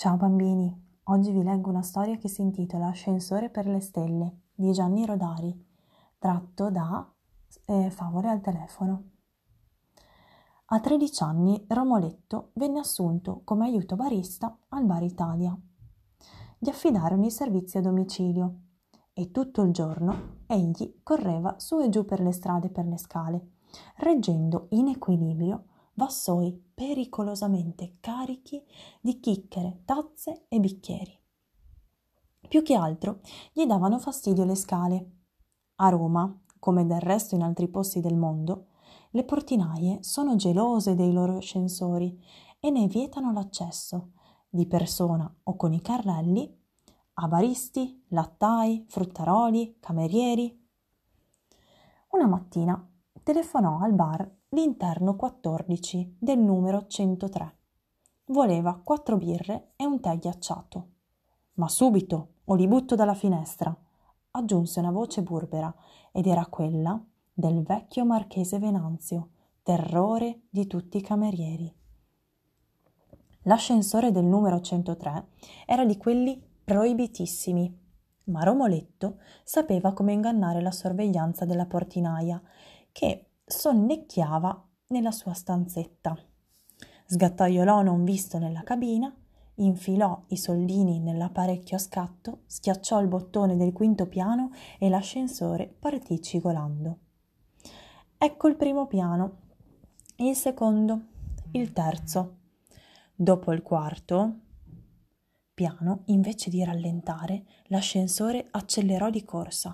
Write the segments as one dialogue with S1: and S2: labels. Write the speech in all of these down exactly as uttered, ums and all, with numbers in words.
S1: Ciao bambini, oggi vi leggo una storia che si intitola Ascensore per le stelle di Gianni Rodari, tratto da eh, Favole al telefono. A tredici anni Romoletto venne assunto come aiuto barista al Bar Italia. Gli affidarono i servizi a domicilio e tutto il giorno egli correva su e giù per le strade e per le scale, reggendo in equilibrio vassoi pericolosamente carichi di chicchere, tazze e bicchieri. Più che altro gli davano fastidio le scale. A Roma, come del resto in altri posti del mondo, le portinaie sono gelose dei loro ascensori e ne vietano l'accesso, di persona o con i carrelli, a baristi, lattai, fruttaroli, camerieri. Una mattina telefonò al bar l'interno quattordici del numero centotré. Voleva quattro birre e un tè ghiacciato. Ma subito, o li butto dalla finestra, aggiunse una voce burbera, ed era quella del vecchio marchese Venanzio, terrore di tutti i camerieri. L'ascensore del numero centotré era di quelli proibitissimi, ma Romoletto sapeva come ingannare la sorveglianza della portinaia, che sonnecchiava nella sua stanzetta. Sgattaiolò non visto nella cabina, infilò i soldini nell'apparecchio a scatto, schiacciò il bottone del quinto piano e l'ascensore partì cigolando. Ecco il primo piano, il secondo, il terzo. Dopo il quarto piano, invece di rallentare, l'ascensore accelerò di corsa.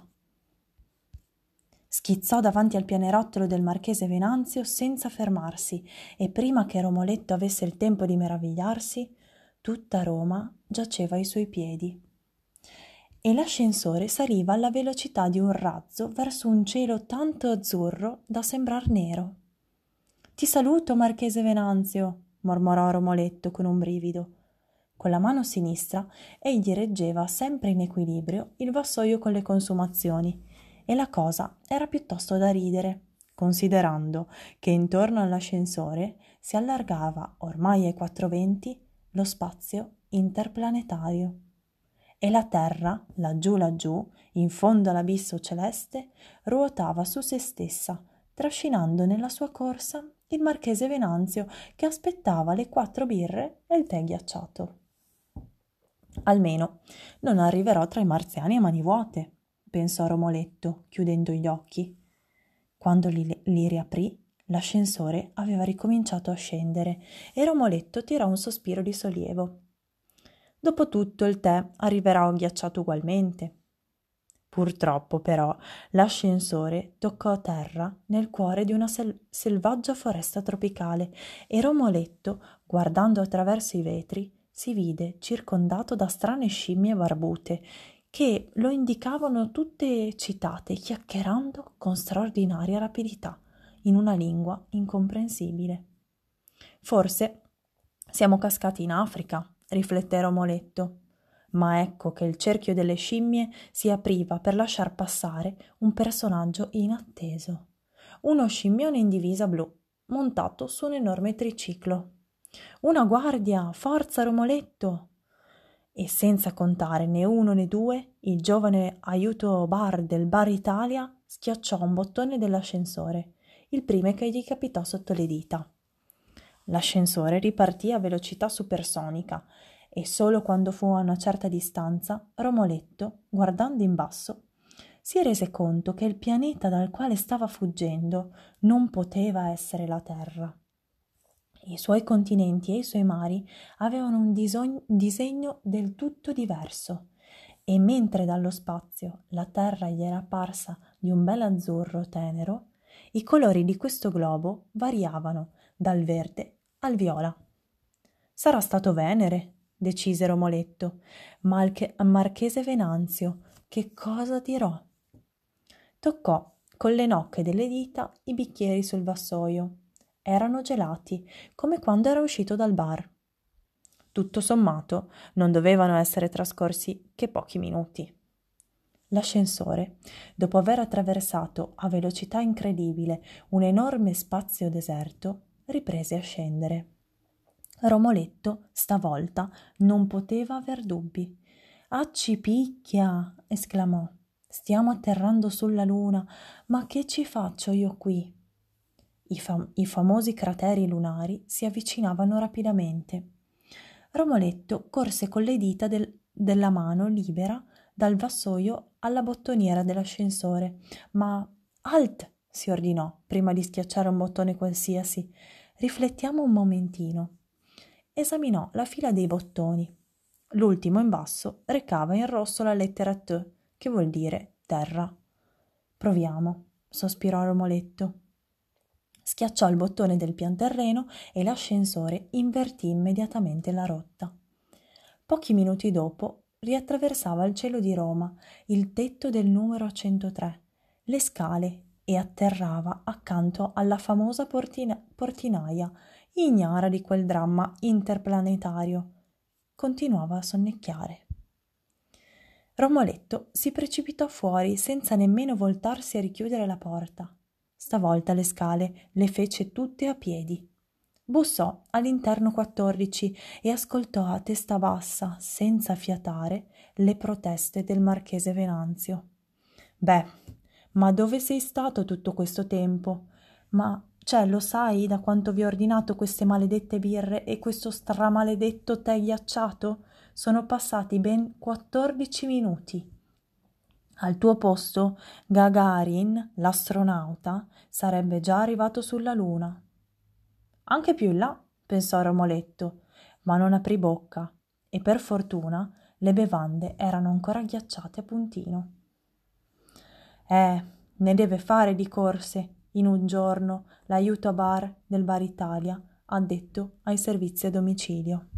S1: Schizzò davanti al pianerottolo del marchese Venanzio senza fermarsi e prima che Romoletto avesse il tempo di meravigliarsi, tutta Roma giaceva ai suoi piedi. E l'ascensore saliva alla velocità di un razzo verso un cielo tanto azzurro da sembrar nero. «Ti saluto, marchese Venanzio», mormorò Romoletto con un brivido. Con la mano sinistra egli reggeva sempre in equilibrio il vassoio con le consumazioni e la cosa era piuttosto da ridere, considerando che intorno all'ascensore si allargava, ormai ai quattro venti, lo spazio interplanetario. E la Terra, laggiù laggiù, in fondo all'abisso celeste, ruotava su se stessa, trascinando nella sua corsa il marchese Venanzio che aspettava le quattro birre e il tè ghiacciato. Almeno non arriverò tra i marziani a mani vuote, pensò Romoletto, chiudendo gli occhi. Quando li, li riaprì, l'ascensore aveva ricominciato a scendere e Romoletto tirò un sospiro di sollievo. Dopotutto il tè arriverà ghiacciato ugualmente. Purtroppo, però, l'ascensore toccò terra nel cuore di una sel- selvaggia foresta tropicale e Romoletto, guardando attraverso i vetri, si vide circondato da strane scimmie barbute che lo indicavano tutte citate, chiacchierando con straordinaria rapidità, in una lingua incomprensibile. Forse siamo cascati in Africa, rifletté Romoletto, ma ecco che il cerchio delle scimmie si apriva per lasciar passare un personaggio inatteso. Uno scimmione in divisa blu, montato su un enorme triciclo. «Una guardia! Forza, Romoletto!» E senza contare né uno né due, il giovane aiuto bar del Bar Italia schiacciò un bottone dell'ascensore, il primo che gli capitò sotto le dita. L'ascensore ripartì a velocità supersonica e solo quando fu a una certa distanza, Romoletto, guardando in basso, si rese conto che il pianeta dal quale stava fuggendo non poteva essere la Terra. I suoi continenti e i suoi mari avevano un disogno, disegno del tutto diverso e mentre dallo spazio la Terra gli era apparsa di un bel azzurro tenero, i colori di questo globo variavano dal verde al viola. «Sarà stato Venere», decise Romoletto, ma al che- marchese Venanzio che cosa dirò? Toccò con le nocche delle dita i bicchieri sul vassoio. Erano gelati, come quando era uscito dal bar. Tutto sommato, non dovevano essere trascorsi che pochi minuti. L'ascensore, dopo aver attraversato a velocità incredibile un enorme spazio deserto, riprese a scendere. Romoletto, stavolta, non poteva aver dubbi. «Acci picchia!» esclamò. «Stiamo atterrando sulla luna, ma che ci faccio io qui?» I, fam- i famosi crateri lunari si avvicinavano rapidamente. Romoletto corse con le dita del- della mano libera dal vassoio alla bottoniera dell'ascensore, ma «Halt!» si ordinò, prima di schiacciare un bottone qualsiasi. «Riflettiamo un momentino». Esaminò la fila dei bottoni. L'ultimo in basso recava in rosso la lettera T, che vuol dire terra. «Proviamo», sospirò Romoletto. Schiacciò il bottone del pianterreno e l'ascensore invertì immediatamente la rotta. Pochi minuti dopo riattraversava il cielo di Roma, il tetto del numero centotré, le scale e atterrava accanto alla famosa portina- portinaia, ignara di quel dramma interplanetario. Continuava a sonnecchiare. Romoletto si precipitò fuori senza nemmeno voltarsi a richiudere la porta. Stavolta le scale le fece tutte a piedi. Bussò all'interno quattordici e ascoltò a testa bassa, senza fiatare, le proteste del marchese Venanzio. «Beh, ma dove sei stato tutto questo tempo? Ma, cioè, lo sai da quanto vi ho ordinato queste maledette birre e questo stramaledetto tè ghiacciato? Sono passati ben quattordici minuti. Al tuo posto, Gagarin, l'astronauta, sarebbe già arrivato sulla Luna». «Anche più in là», pensò Romoletto, ma non aprì bocca, e per fortuna le bevande erano ancora ghiacciate a puntino. Eh, ne deve fare di corse, in un giorno, l'aiuto a bar del Bar Italia, addetto ai servizi a domicilio.